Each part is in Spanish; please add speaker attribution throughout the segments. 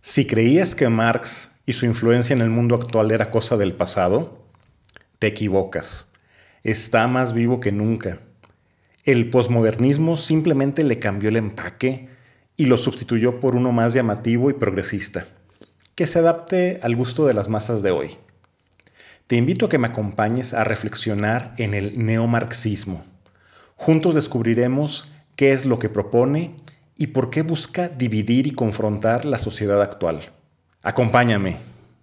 Speaker 1: Si creías que Marx y su influencia en el mundo actual era cosa del pasado, te equivocas. Está más vivo que nunca. El posmodernismo simplemente le cambió el empaque y lo sustituyó por uno más llamativo y progresista, que se adapte al gusto de las masas de hoy. Te invito a que me acompañes a reflexionar en el neomarxismo. Juntos descubriremos qué es lo que propone y por qué busca dividir y confrontar la sociedad actual. Acompáñame.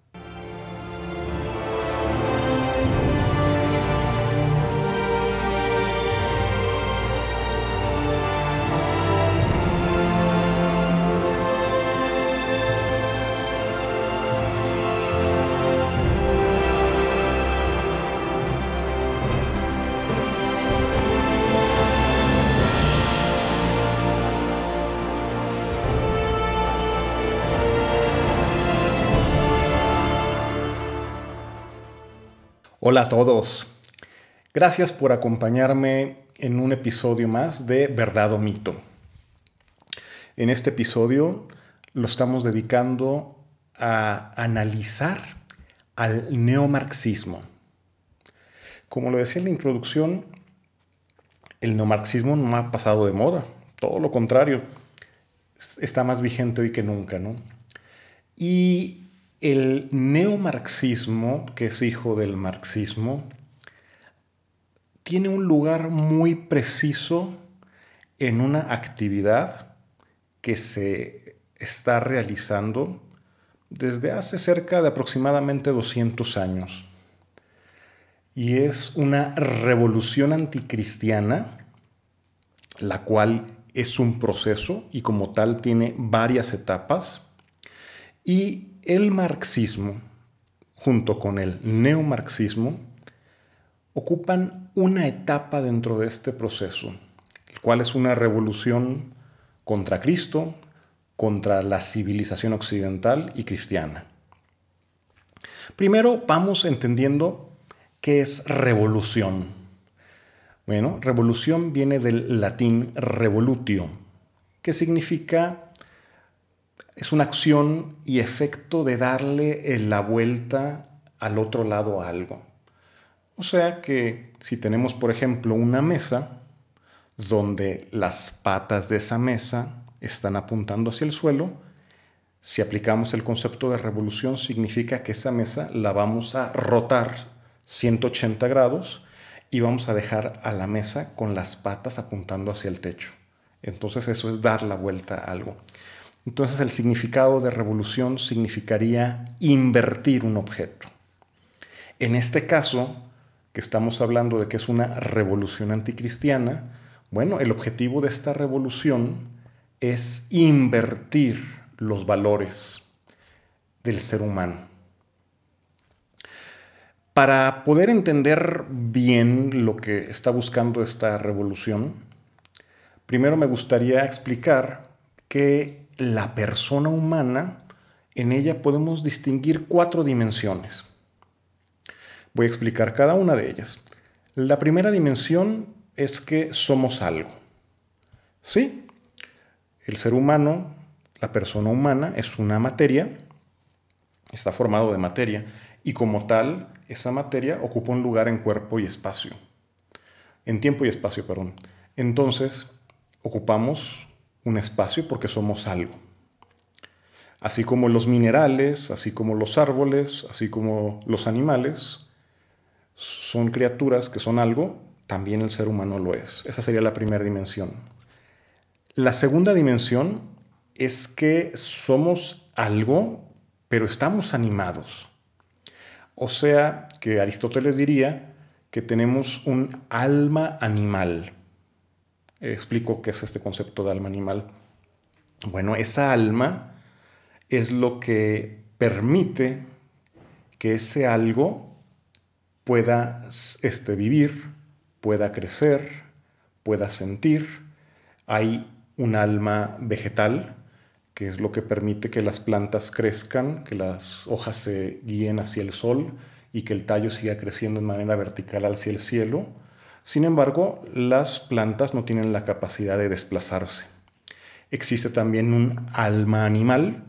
Speaker 1: Hola a todos. Gracias por acompañarme en un episodio más de Verdad o Mito. En este episodio lo estamos dedicando a analizar al neomarxismo. Como lo decía en la introducción, el neomarxismo no ha pasado de moda. Todo lo contrario, está más vigente hoy que nunca, ¿no? Y el neomarxismo, que es hijo del marxismo, tiene un lugar muy preciso en una actividad que se está realizando desde hace cerca de aproximadamente 200 años. Y es una revolución anticristiana, la cual es un proceso y como tal tiene varias etapas. Y el marxismo, junto con el neomarxismo, ocupan una etapa dentro de este proceso, el cual es una revolución contra Cristo, contra la civilización occidental y cristiana. Primero vamos entendiendo qué es revolución. Bueno, revolución viene del latín revolutio, que significa, es una acción y efecto de darle la vuelta al otro lado a algo. O sea que si tenemos, por ejemplo, una mesa donde las patas de esa mesa están apuntando hacia el suelo, si aplicamos el concepto de revolución, significa que esa mesa la vamos a rotar 180 grados y vamos a dejar a la mesa con las patas apuntando hacia el techo. Entonces eso es dar la vuelta a algo. Entonces el significado de revolución significaría invertir un objeto. En este caso, que estamos hablando de que es una revolución anticristiana, bueno, el objetivo de esta revolución es invertir los valores del ser humano. Para poder entender bien lo que está buscando esta revolución, primero me gustaría explicar que la persona humana, en ella podemos distinguir 4 dimensiones. Voy a explicar cada una de ellas. La primera dimensión es que somos algo. Sí, el ser humano, la persona humana, es una materia, está formado de materia, y como tal, esa materia ocupa un lugar en cuerpo y espacio. En tiempo y espacio, perdón. Entonces, ocupamos un espacio porque somos algo. Así como los minerales, así como los árboles, así como los animales, son criaturas que son algo, también el ser humano lo es. Esa sería la primera dimensión. La segunda dimensión es que somos algo, pero estamos animados. O sea, que Aristóteles diría que tenemos un alma animal. Explico qué es este concepto de alma animal. Bueno, esa alma es lo que permite que ese algo pueda vivir, pueda crecer, pueda sentir. Hay un alma vegetal, que es lo que permite que las plantas crezcan, que las hojas se guíen hacia el sol y que el tallo siga creciendo de manera vertical hacia el cielo. Sin embargo, las plantas no tienen la capacidad de desplazarse. Existe también un alma animal,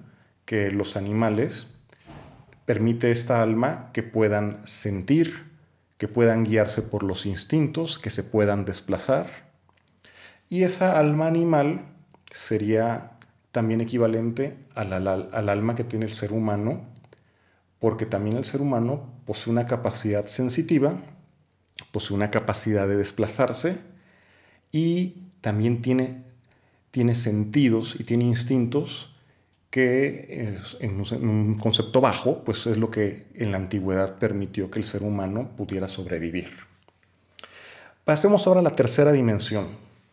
Speaker 1: que los animales, permite esta alma que puedan sentir, que puedan guiarse por los instintos, que se puedan desplazar. Y esa alma animal sería también equivalente al alma que tiene el ser humano, porque también el ser humano posee una capacidad sensitiva, posee una capacidad de desplazarse y también tiene sentidos y tiene instintos que en un concepto bajo, pues es lo que en la antigüedad permitió que el ser humano pudiera sobrevivir. Pasemos ahora a la tercera dimensión.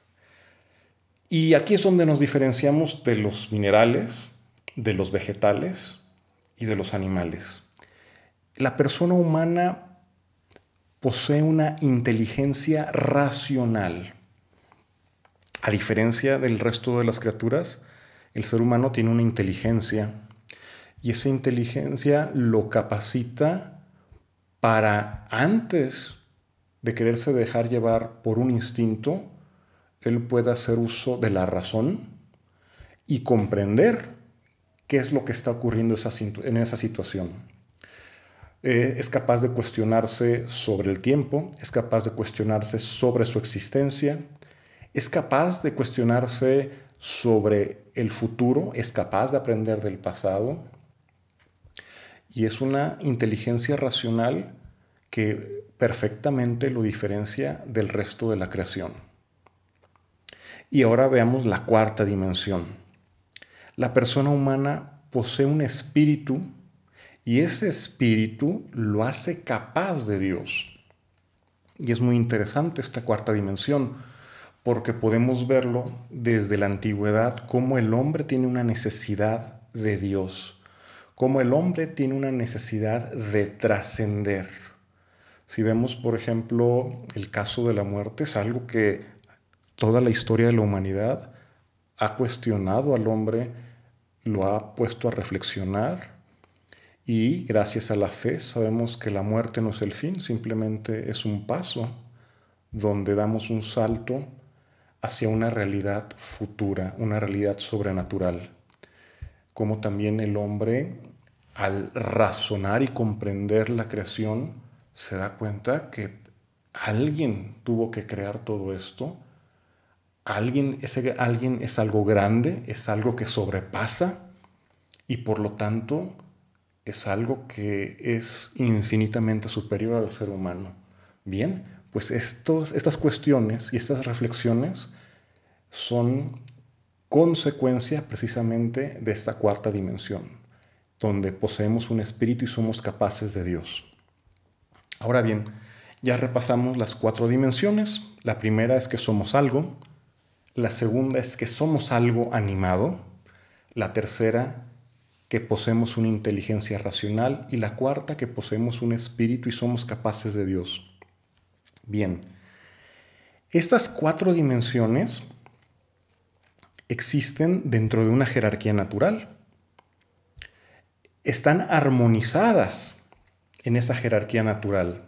Speaker 1: Y aquí es donde nos diferenciamos de los minerales, de los vegetales y de los animales. La persona humana posee una inteligencia racional. A diferencia del resto de las criaturas, el ser humano tiene una inteligencia y esa inteligencia lo capacita para, antes de quererse dejar llevar por un instinto, él pueda hacer uso de la razón y comprender qué es lo que está ocurriendo en esa situación. Es capaz de cuestionarse sobre el tiempo, es capaz de cuestionarse sobre su existencia, es capaz de cuestionarse sobre el futuro, es capaz de aprender del pasado y es una inteligencia racional que perfectamente lo diferencia del resto de la creación. Y ahora veamos la cuarta dimensión. La persona humana posee un espíritu y ese espíritu lo hace capaz de Dios. Y es muy interesante esta cuarta dimensión, porque podemos verlo desde la antigüedad, cómo el hombre tiene una necesidad de Dios, cómo el hombre tiene una necesidad de trascender. Si vemos, por ejemplo, el caso de la muerte, es algo que toda la historia de la humanidad ha cuestionado al hombre, lo ha puesto a reflexionar y gracias a la fe sabemos que la muerte no es el fin, simplemente es un paso donde damos un salto hacia una realidad futura, una realidad sobrenatural. Como también el hombre, al razonar y comprender la creación, se da cuenta que alguien tuvo que crear todo esto. Ese alguien es algo grande, es algo que sobrepasa y por lo tanto es algo que es infinitamente superior al ser humano. Bien, pues estas cuestiones y estas reflexiones son consecuencia precisamente de esta cuarta dimensión, donde poseemos un espíritu y somos capaces de Dios. Ahora bien, ya repasamos las cuatro dimensiones. La primera es que somos algo, la segunda es que somos algo animado, la tercera que poseemos una inteligencia racional y la cuarta que poseemos un espíritu y somos capaces de Dios. Bien, estas cuatro dimensiones existen dentro de una jerarquía natural. Están armonizadas en esa jerarquía natural,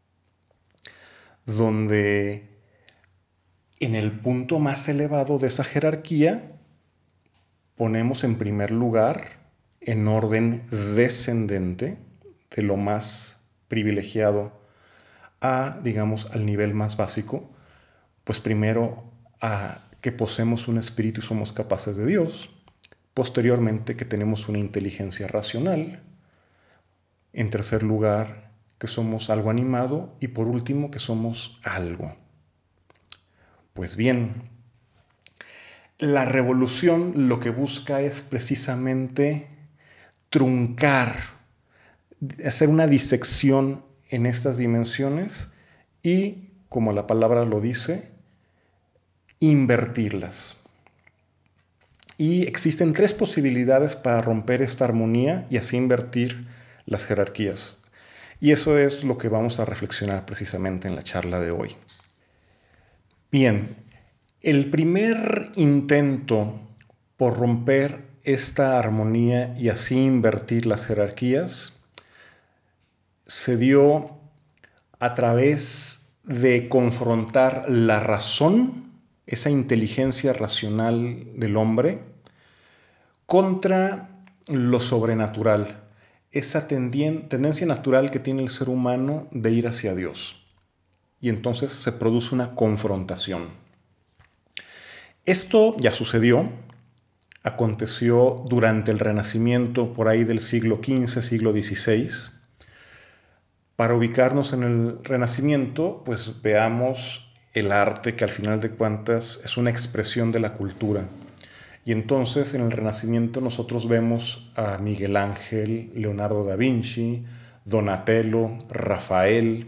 Speaker 1: donde en el punto más elevado de esa jerarquía ponemos en primer lugar, en orden descendente, de lo más privilegiado a, digamos, al nivel más básico, pues primero a que poseemos un espíritu y somos capaces de Dios, posteriormente que tenemos una inteligencia racional, en tercer lugar que somos algo animado y por último que somos algo. Pues bien, la revolución lo que busca es precisamente truncar, hacer una disección en estas dimensiones y, como la palabra lo dice, invertirlas. Y existen tres posibilidades para romper esta armonía y así invertir las jerarquías. Y eso es lo que vamos a reflexionar precisamente en la charla de hoy. Bien, el primer intento por romper esta armonía y así invertir las jerarquías se dio a través de confrontar la razón, esa inteligencia racional del hombre, contra lo sobrenatural, esa tendencia natural que tiene el ser humano de ir hacia Dios. Y entonces se produce una confrontación. Esto ya sucedió, aconteció durante el Renacimiento por ahí del siglo XV, siglo XVI. Para ubicarnos en el Renacimiento, pues veamos el arte que al final de cuentas es una expresión de la cultura. Y entonces en el Renacimiento nosotros vemos a Miguel Ángel, Leonardo da Vinci, Donatello, Rafael.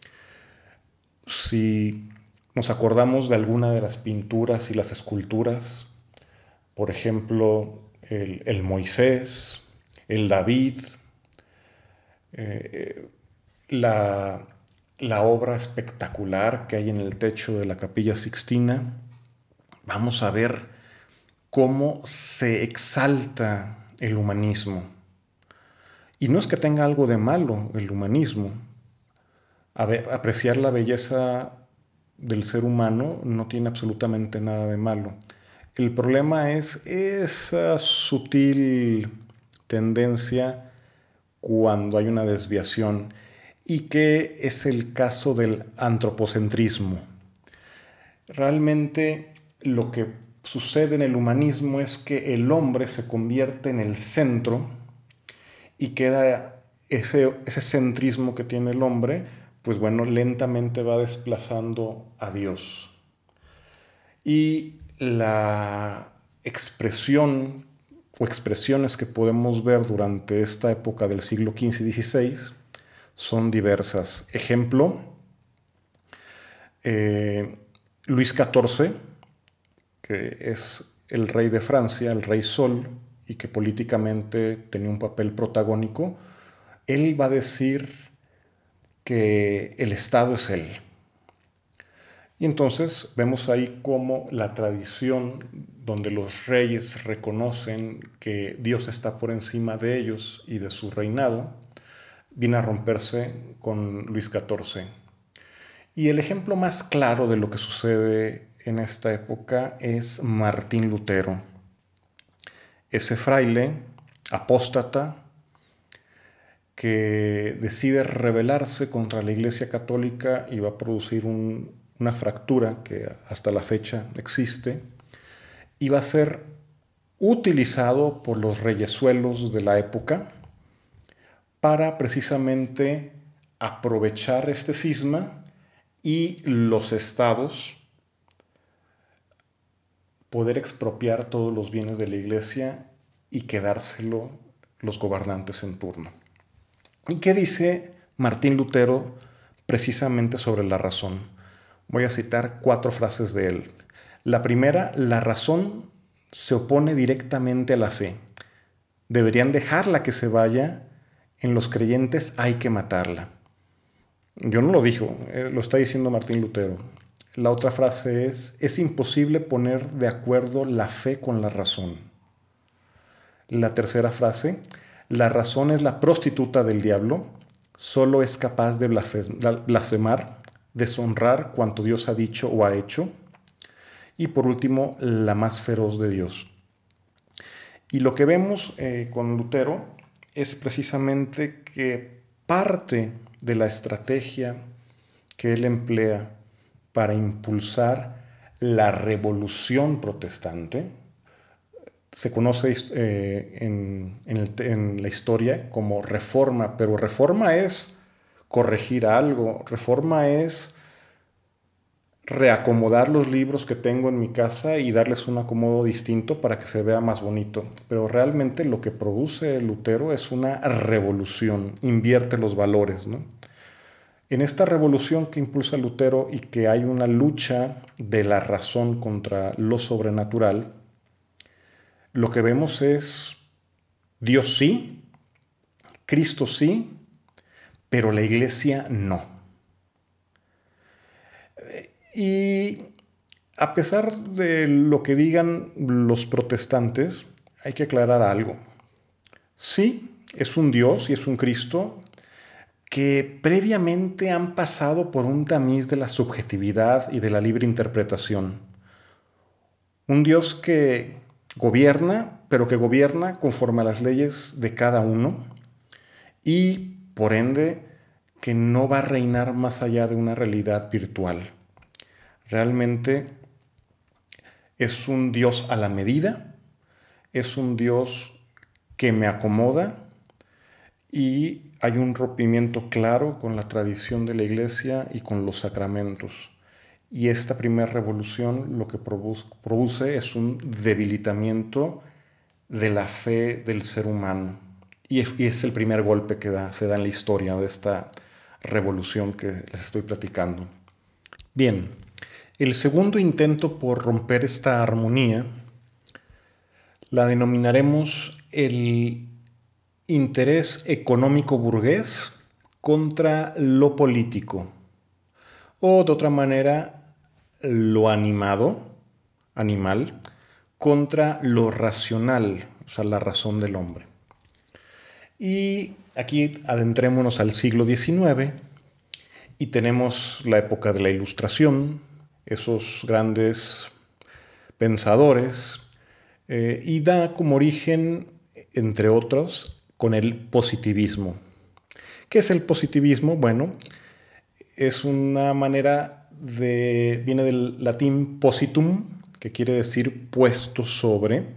Speaker 1: Si nos acordamos de alguna de las pinturas y las esculturas, por ejemplo, el Moisés, el David, eh, la, la obra espectacular que hay en el techo de la Capilla Sixtina, vamos a ver cómo se exalta el humanismo. Y no es que tenga algo de malo el humanismo. Apreciar la belleza del ser humano no tiene absolutamente nada de malo. El problema es esa sutil tendencia cuando hay una desviación, y que es el caso del antropocentrismo. Realmente lo que sucede en el humanismo es que el hombre se convierte en el centro y queda ese centrismo que tiene el hombre, pues bueno, lentamente va desplazando a Dios. Y la expresión o expresiones que podemos ver durante esta época del siglo XV y XVI son diversas. Ejemplo, Luis XIV, que es el rey de Francia, el rey Sol, y que políticamente tenía un papel protagónico, él va a decir que el Estado es él. Y entonces vemos ahí cómo la tradición donde los reyes reconocen que Dios está por encima de ellos y de su reinado, viene a romperse con Luis XIV. Y el ejemplo más claro de lo que sucede en esta época es Martín Lutero. Ese fraile apóstata que decide rebelarse contra la Iglesia Católica y va a producir una fractura que hasta la fecha existe, y va a ser utilizado por los reyesuelos de la época para precisamente aprovechar este cisma y los estados poder expropiar todos los bienes de la Iglesia y quedárselo los gobernantes en turno. ¿Y qué dice Martín Lutero precisamente sobre la razón? Voy a citar 4 frases de él. La primera: la razón se opone directamente a la fe. Deberían dejarla que se vaya. En los creyentes hay que matarla. Yo no lo digo, lo está diciendo Martín Lutero. La otra frase es imposible poner de acuerdo la fe con la razón. La tercera frase: la razón es la prostituta del diablo, solo es capaz de blasfemar, deshonrar cuanto Dios ha dicho o ha hecho. Y por último, la más feroz de Dios. Y lo que vemos con Lutero es precisamente que parte de la estrategia que él emplea para impulsar la revolución protestante se conoce en la historia como reforma, pero reforma es corregir algo, reforma es reacomodar los libros que tengo en mi casa y darles un acomodo distinto para que se vea más bonito. Pero realmente lo que produce Lutero es una revolución, invierte los valores, ¿no? En esta revolución que impulsa Lutero y que hay una lucha de la razón contra lo sobrenatural, lo que vemos es Dios sí, Cristo sí, pero la iglesia no. Y a pesar de lo que digan los protestantes, hay que aclarar algo. Sí, es un Dios y es un Cristo que previamente han pasado por un tamiz de la subjetividad y de la libre interpretación. Un Dios que gobierna, pero que gobierna conforme a las leyes de cada uno y, por ende, que no va a reinar más allá de una realidad virtual. Realmente es un Dios a la medida, es un Dios que me acomoda y hay un rompimiento claro con la tradición de la Iglesia y con los sacramentos. Y esta primera revolución lo que produce es un debilitamiento de la fe del ser humano. Y es el primer golpe que se da en la historia de esta revolución que les estoy platicando. Bien, el segundo intento por romper esta armonía la denominaremos el interés económico burgués contra lo político, o de otra manera, lo animal, contra lo racional, o sea, la razón del hombre. Y aquí adentrémonos al siglo XIX y tenemos la época de la Ilustración, esos grandes pensadores, y da como origen, entre otros, con el positivismo. ¿Qué es el positivismo? Bueno, es una manera viene del latín positum, que quiere decir puesto sobre,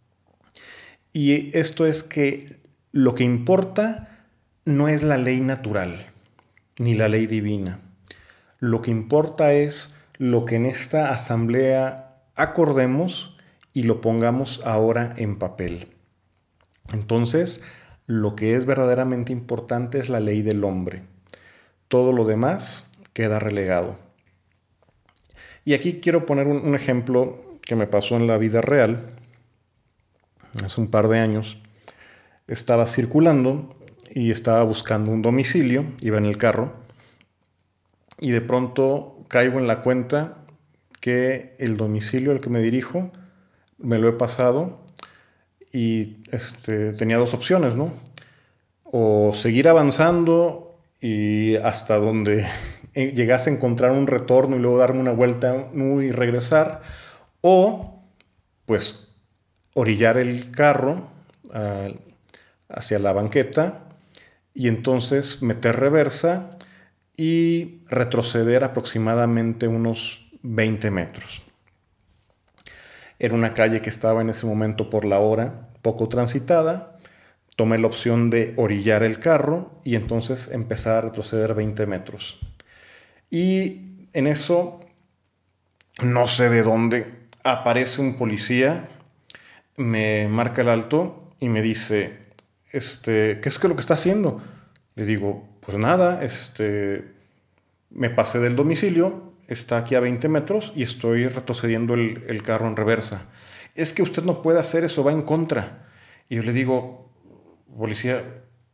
Speaker 1: y esto es que lo que importa no es la ley natural, ni la ley divina. Lo que importa es lo que en esta asamblea acordemos y lo pongamos ahora en papel. Entonces, lo que es verdaderamente importante es la ley del hombre. Todo lo demás queda relegado. Y aquí quiero poner un ejemplo que me pasó en la vida real. Hace un par de años estaba circulando y estaba buscando un domicilio, iba en el carro, y de pronto caigo en la cuenta que el domicilio al que me dirijo me lo he pasado y tenía dos opciones, ¿no? O seguir avanzando y hasta donde llegase a encontrar un retorno y luego darme una vuelta y regresar, o pues orillar el carro hacia la banqueta y entonces meter reversa y retroceder aproximadamente unos 20 metros. Era una calle que estaba en ese momento por la hora poco transitada. Tomé la opción de orillar el carro y entonces empezar a retroceder 20 metros. Y en eso, no sé de dónde, aparece un policía, me marca el alto y me dice, ¿qué es lo que está haciendo? Le digo, pues nada, me pasé del domicilio, está aquí a 20 metros y estoy retrocediendo el carro en reversa. Es que usted no puede hacer eso, va en contra. Y yo le digo, policía,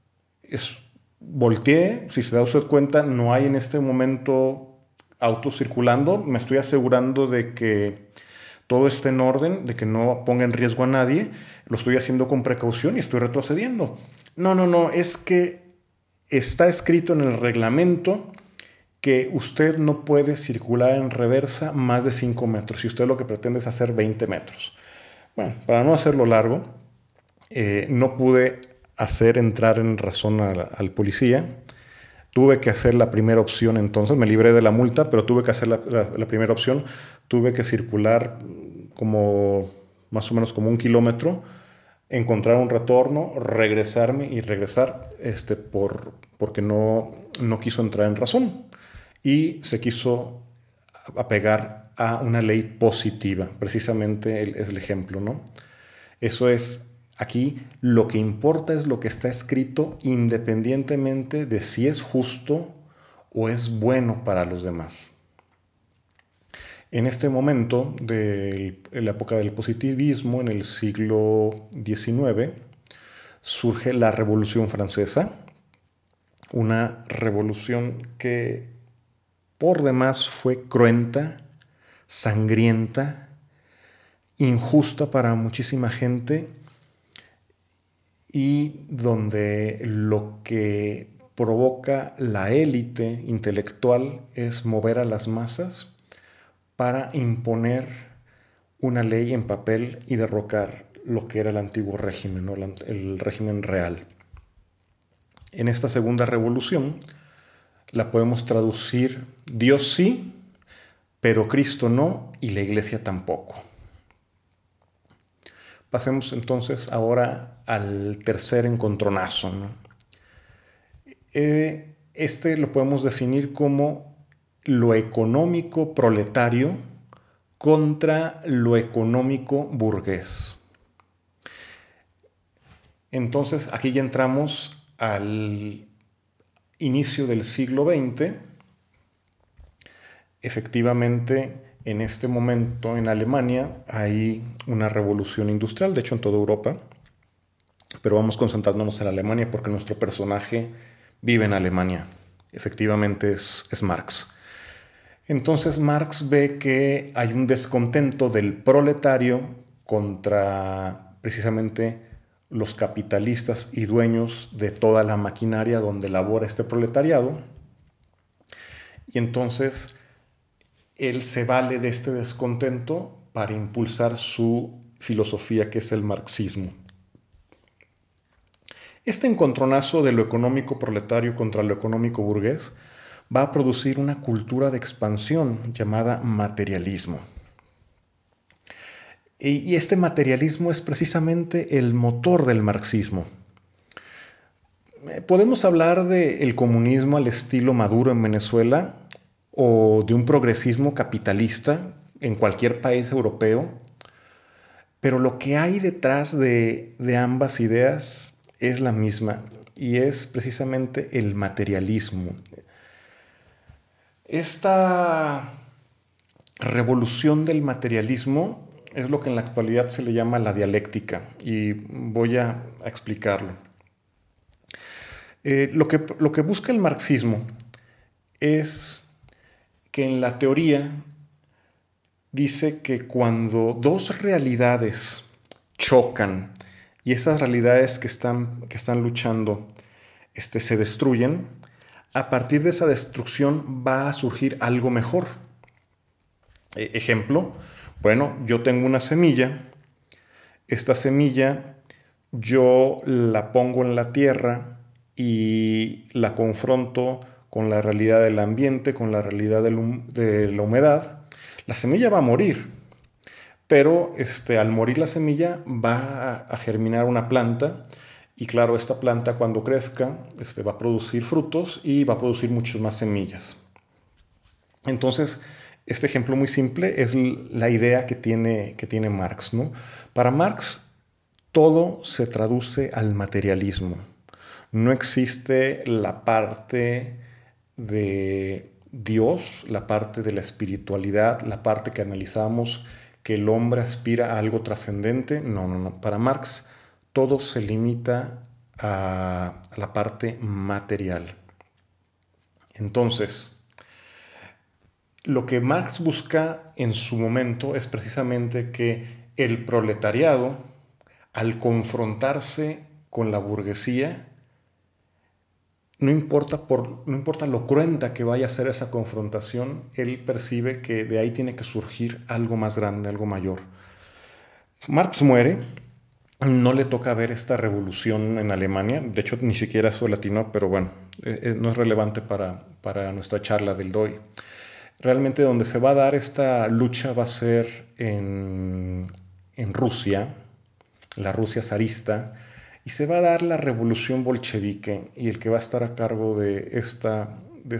Speaker 1: volteé, si se da usted cuenta, no hay en este momento autos circulando, me estoy asegurando de que todo esté en orden, de que no ponga en riesgo a nadie, lo estoy haciendo con precaución y estoy retrocediendo. No, no, no, es que está escrito en el reglamento que usted no puede circular en reversa más de 5 metros y usted lo que pretende es hacer 20 metros. Bueno, para no hacerlo largo, no pude hacer entrar en razón al policía. Tuve que hacer la primera opción entonces, me libré de la multa, pero tuve que hacer la primera opción. Tuve que circular como más o menos como 1 kilómetro, encontrar un retorno, regresarme y regresar porque no quiso entrar en razón y se quiso apegar a una ley positiva. Precisamente es el ejemplo, ¿no? Eso es, aquí lo que importa es lo que está escrito independientemente de si es justo o es bueno para los demás. En este momento de la época del positivismo, en el siglo XIX, surge la Revolución Francesa, una revolución que por demás fue cruenta, sangrienta, injusta para muchísima gente y donde lo que provoca la élite intelectual es mover a las masas para imponer una ley en papel y derrocar lo que era el antiguo régimen, ¿no? El régimen real. En esta segunda revolución la podemos traducir: Dios sí, pero Cristo no y la Iglesia tampoco. Pasemos entonces ahora al tercer encontronazo, ¿no? Este lo podemos definir como lo económico proletario contra lo económico burgués. Entonces aquí ya entramos al inicio del siglo XX. Efectivamente, en este momento en Alemania hay una revolución industrial, de hecho en toda Europa, pero vamos concentrándonos en Alemania porque nuestro personaje vive en Alemania. Efectivamente es Marx. Entonces Marx ve que hay un descontento del proletario contra precisamente los capitalistas y dueños de toda la maquinaria donde labora este proletariado. Y entonces él se vale de este descontento para impulsar su filosofía, que es el marxismo. Este encontronazo de lo económico proletario contra lo económico burgués va a producir una cultura de expansión llamada materialismo. Y este materialismo es precisamente el motor del marxismo. Podemos hablar del comunismo al estilo Maduro en Venezuela o de un progresismo capitalista en cualquier país europeo, pero lo que hay detrás de ambas ideas es la misma y es precisamente el materialismo. Esta revolución del materialismo es lo que en la actualidad se le llama la dialéctica y voy a explicarlo. Lo que busca el marxismo es que en la teoría dice que cuando dos realidades chocan y esas realidades que están luchando se destruyen, a partir de esa destrucción va a surgir algo mejor. Ejemplo, bueno, yo tengo una semilla, esta semilla yo la pongo en la tierra y la confronto con la realidad del ambiente, con la realidad de la humedad. La semilla va a morir, pero al morir la semilla va a germinar una planta y claro, esta planta cuando crezca va a producir frutos y va a producir muchas más semillas. Entonces, este ejemplo muy simple es la idea que tiene Marx, ¿no? Para Marx, todo se traduce al materialismo. No existe la parte de Dios, la parte de la espiritualidad, la parte que analizamos que el hombre aspira a algo trascendente. No. Para Marx, todo se limita a la parte material. Entonces, lo que Marx busca en su momento es precisamente que el proletariado, al confrontarse con la burguesía, no importa lo cruenta que vaya a ser esa confrontación, él percibe que de ahí tiene que surgir algo más grande, algo mayor. Marx muere, no le toca ver esta revolución en Alemania, de hecho ni siquiera fue latino, pero bueno, no es relevante para nuestra charla del hoy. Realmente donde se va a dar esta lucha va a ser en Rusia, la Rusia zarista, y se va a dar la revolución bolchevique y el que va a estar a cargo de esta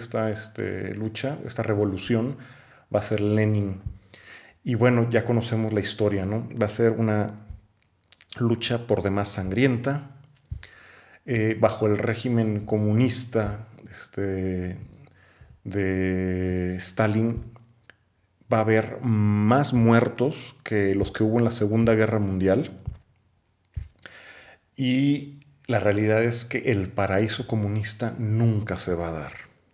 Speaker 1: lucha, esta revolución, va a ser Lenin. Y bueno, ya conocemos la historia, ¿no? Va a ser una lucha por demás sangrienta, bajo el régimen comunista de Stalin. Va a haber más muertos que los que hubo en la Segunda Guerra Mundial. Y la realidad es que el paraíso comunista nunca se va a dar.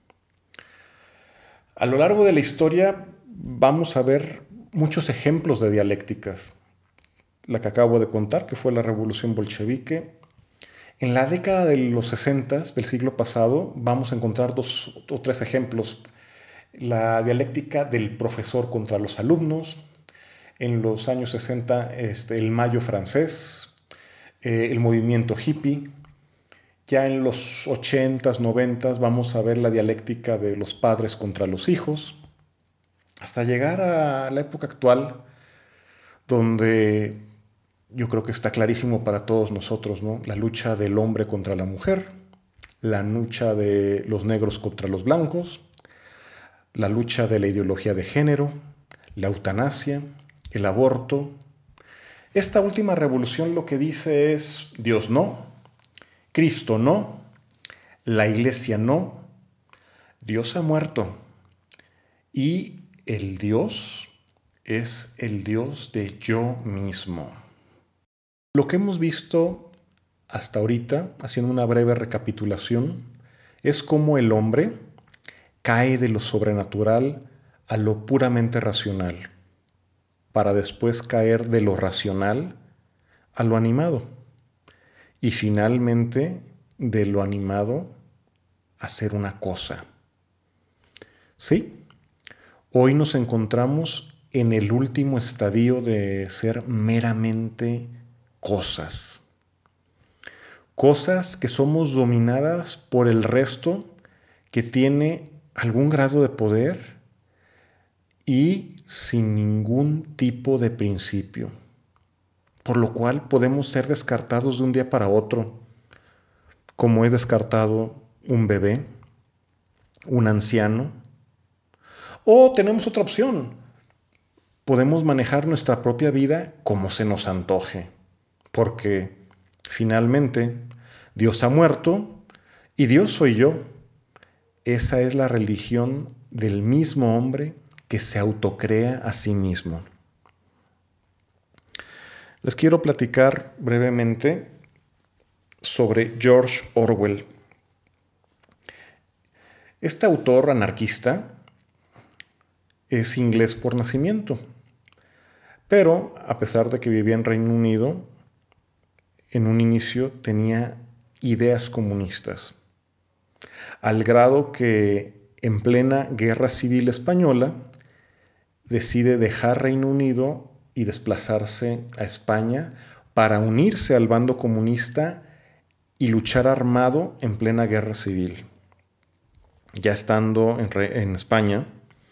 Speaker 1: A lo largo de la historia vamos a ver muchos ejemplos de dialécticas. La que acabo de contar, que fue la revolución bolchevique. En la década de los 60 del siglo pasado vamos a encontrar 2 o 3 ejemplos. La dialéctica del profesor contra los alumnos, En los años 60, el Mayo francés, el movimiento hippie. Ya en los 80s, 90s vamos a ver la dialéctica de los padres contra los hijos, hasta llegar a la época actual, donde yo creo que está clarísimo para todos nosotros, ¿no? La lucha del hombre contra la mujer, la lucha de los negros contra los blancos, la lucha de la ideología de género, la eutanasia, el aborto. Esta última revolución lo que dice es Dios no, Cristo no, la iglesia no, Dios ha muerto y el Dios es el Dios de yo mismo. Lo que hemos visto hasta ahorita, haciendo una breve recapitulación, es cómo el hombre cae de lo sobrenatural a lo puramente racional, para después caer de lo racional a lo animado y finalmente de lo animado a ser una cosa. ¿Sí? Hoy nos encontramos en el último estadio de ser meramente cosas. Cosas que somos dominadas por el resto que tiene algún grado de poder y sin ningún tipo de principio. Por lo cual podemos ser descartados de un día para otro, como es descartado un bebé, un anciano. O tenemos otra opción. Podemos manejar nuestra propia vida como se nos antoje, porque finalmente Dios ha muerto y Dios soy yo. Esa es la religión del mismo hombre que se autocrea a sí mismo. Les quiero platicar brevemente sobre George Orwell. Este autor anarquista es inglés por nacimiento, pero a pesar de que vivía en Reino Unido, en un inicio tenía ideas comunistas, al grado que en plena Guerra Civil Española decide dejar Reino Unido y desplazarse a España para unirse al bando comunista y luchar armado en plena Guerra Civil. Ya estando en España,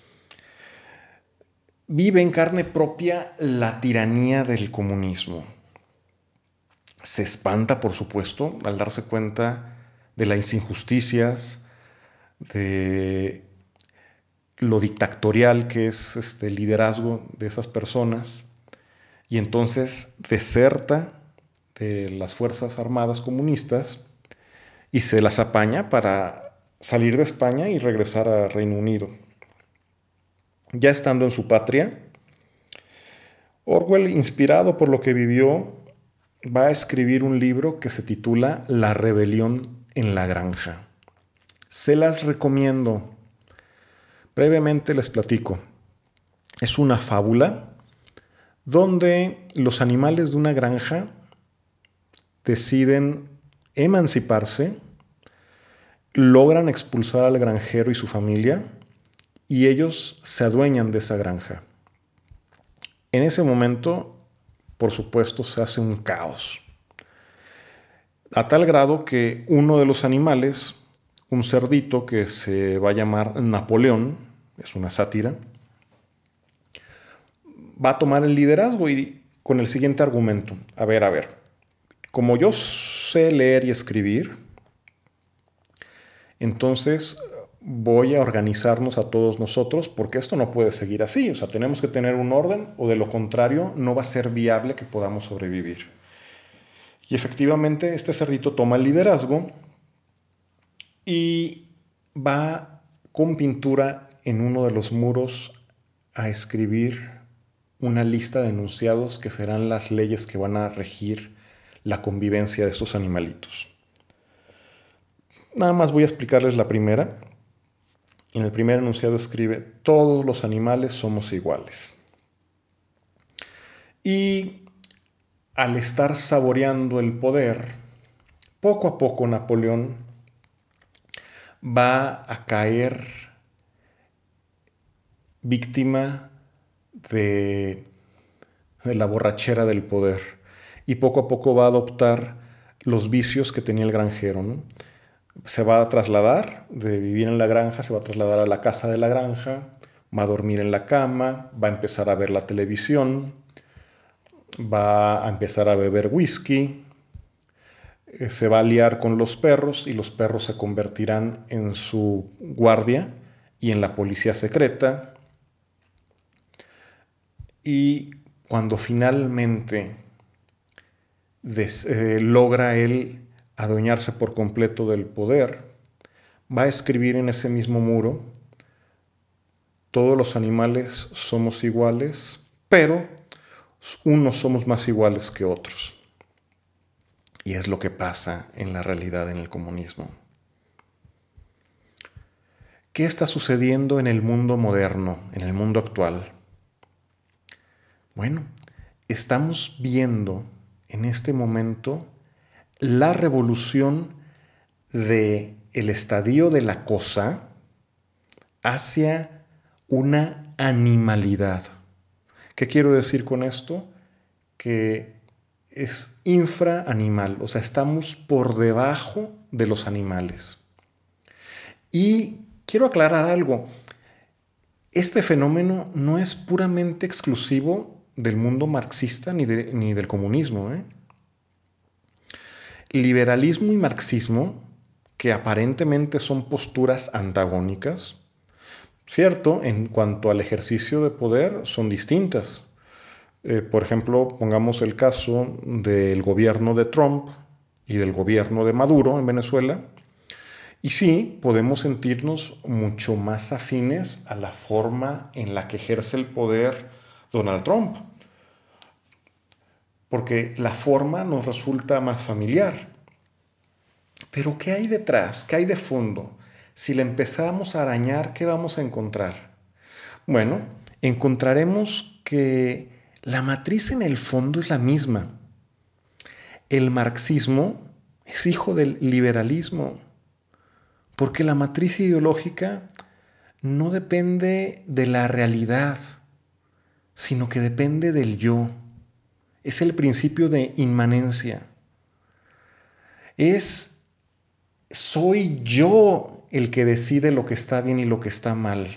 Speaker 1: vive en carne propia la tiranía del comunismo. Se espanta, por supuesto, al darse cuenta de las injusticias, de lo dictatorial que es el liderazgo de esas personas, y entonces deserta de las Fuerzas Armadas comunistas y se las apaña para salir de España y regresar a Reino Unido. Ya estando en su patria, Orwell, inspirado por lo que vivió, va a escribir un libro que se titula La rebelión en la granja. Se las recomiendo. Brevemente les platico. Es una fábula donde los animales de una granja deciden emanciparse, logran expulsar al granjero y su familia y ellos se adueñan de esa granja. En ese momento, por supuesto, se hace un caos. A tal grado que uno de los animales, un cerdito que se va a llamar Napoleón, es una sátira, va a tomar el liderazgo y con el siguiente argumento. A ver, como yo sé leer y escribir, entonces voy a organizarnos a todos nosotros porque esto no puede seguir así. O sea, tenemos que tener un orden o de lo contrario no va a ser viable que podamos sobrevivir. Y efectivamente este cerdito toma el liderazgo y va con pintura en uno de los muros a escribir una lista de enunciados que serán las leyes que van a regir la convivencia de estos animalitos. Nada más voy a explicarles la primera. En el primer enunciado escribe: todos los animales somos iguales. Y al estar saboreando el poder, poco a poco Napoleón va a caer víctima de de la borrachera del poder, y poco a poco va a adoptar los vicios que tenía el granjero, ¿no? Se va a trasladar de vivir en la granja, se va a trasladar a la casa de la granja, va a dormir en la cama, va a empezar a ver la televisión, va a empezar a beber whisky, se va a liar con los perros y los perros se convertirán en su guardia y en la policía secreta. Y cuando finalmente logra él adueñarse por completo del poder, va a escribir en ese mismo muro: todos los animales somos iguales, pero unos somos más iguales que otros. Y es lo que pasa en la realidad en el comunismo. ¿Qué está sucediendo en el mundo moderno, en el mundo actual? Bueno, estamos viendo en este momento la revolución del estadio de la cosa hacia una animalidad. ¿Qué quiero decir con esto? Que es infraanimal, o sea, estamos por debajo de los animales. Y quiero aclarar algo: este fenómeno no es puramente exclusivo del mundo marxista ni del comunismo, ¿eh? Liberalismo y marxismo, que aparentemente son posturas antagónicas, cierto, en cuanto al ejercicio de poder son distintas. Por ejemplo, pongamos el caso del gobierno de Trump y del gobierno de Maduro en Venezuela. Y sí, podemos sentirnos mucho más afines a la forma en la que ejerce el poder Donald Trump, porque la forma nos resulta más familiar. Pero ¿qué hay detrás? ¿Qué hay de fondo? Si le empezamos a arañar, ¿qué vamos a encontrar? Bueno, encontraremos que la matriz en el fondo es la misma. El marxismo es hijo del liberalismo, porque la matriz ideológica no depende de la realidad, sino que depende del yo. Es el principio de inmanencia. Soy yo el que decide lo que está bien y lo que está mal.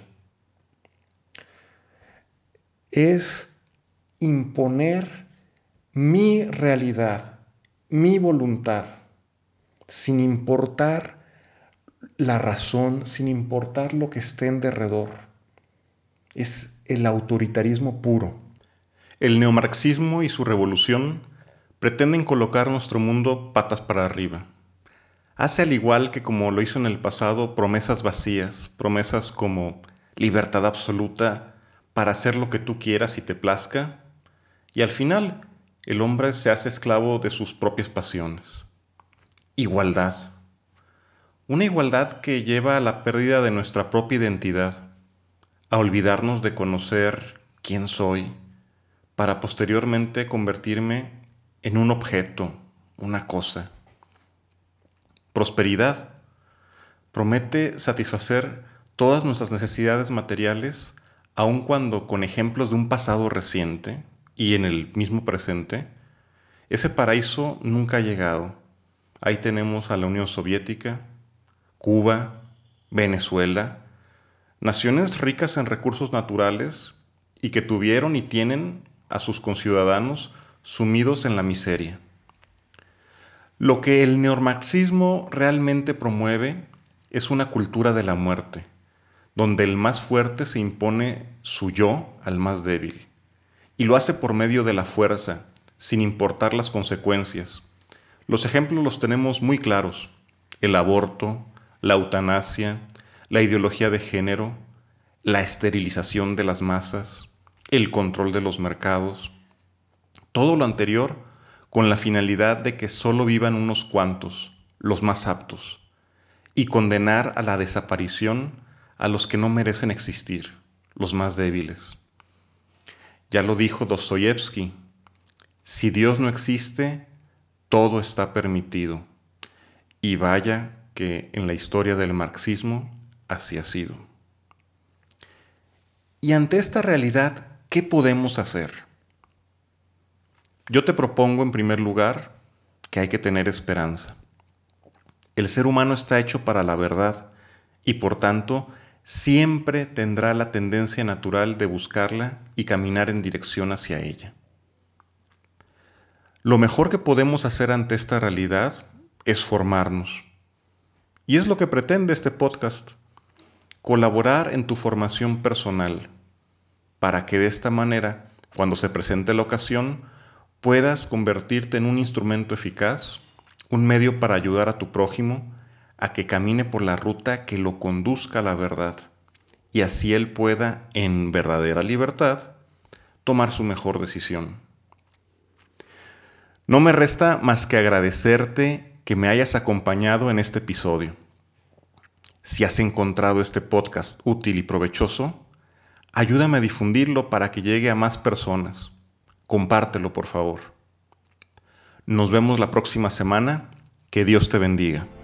Speaker 1: Es imponer mi realidad, mi voluntad, sin importar la razón, sin importar lo que esté en derredor. Es el autoritarismo puro. El neomarxismo y su revolución pretenden colocar nuestro mundo patas para arriba. Hace, al igual que como lo hizo en el pasado, promesas vacías, promesas como libertad absoluta para hacer lo que tú quieras y te plazca, y al final el hombre se hace esclavo de sus propias pasiones. Igualdad. Una igualdad que lleva a la pérdida de nuestra propia identidad, a olvidarnos de conocer quién soy, para posteriormente convertirme en un objeto, una cosa. Prosperidad. Promete satisfacer todas nuestras necesidades materiales, aun cuando con ejemplos de un pasado reciente y en el mismo presente, ese paraíso nunca ha llegado. Ahí tenemos a la Unión Soviética, Cuba, Venezuela, naciones ricas en recursos naturales y que tuvieron y tienen a sus conciudadanos sumidos en la miseria. Lo que el neomarxismo realmente promueve es una cultura de la muerte, donde el más fuerte se impone su yo al más débil, y lo hace por medio de la fuerza, sin importar las consecuencias. Los ejemplos los tenemos muy claros: el aborto, la eutanasia, la ideología de género, la esterilización de las masas, el control de los mercados. Todo lo anterior con la finalidad de que solo vivan unos cuantos, los más aptos, y condenar a la desaparición a los que no merecen existir, los más débiles. Ya lo dijo Dostoyevsky: si Dios no existe, todo está permitido. Y vaya que en la historia del marxismo así ha sido. Y ante esta realidad, ¿qué podemos hacer? Yo te propongo en primer lugar que hay que tener esperanza. El ser humano está hecho para la verdad y por tanto siempre tendrá la tendencia natural de buscarla y caminar en dirección hacia ella. Lo mejor que podemos hacer ante esta realidad es formarnos. Y es lo que pretende este podcast, colaborar en tu formación personal, para que de esta manera, cuando se presente la ocasión, puedas convertirte en un instrumento eficaz, un medio para ayudar a tu prójimo a que camine por la ruta que lo conduzca a la verdad, y así él pueda, en verdadera libertad, tomar su mejor decisión. No me resta más que agradecerte que me hayas acompañado en este episodio. Si has encontrado este podcast útil y provechoso, ayúdame a difundirlo para que llegue a más personas. Compártelo, por favor. Nos vemos la próxima semana. Que Dios te bendiga.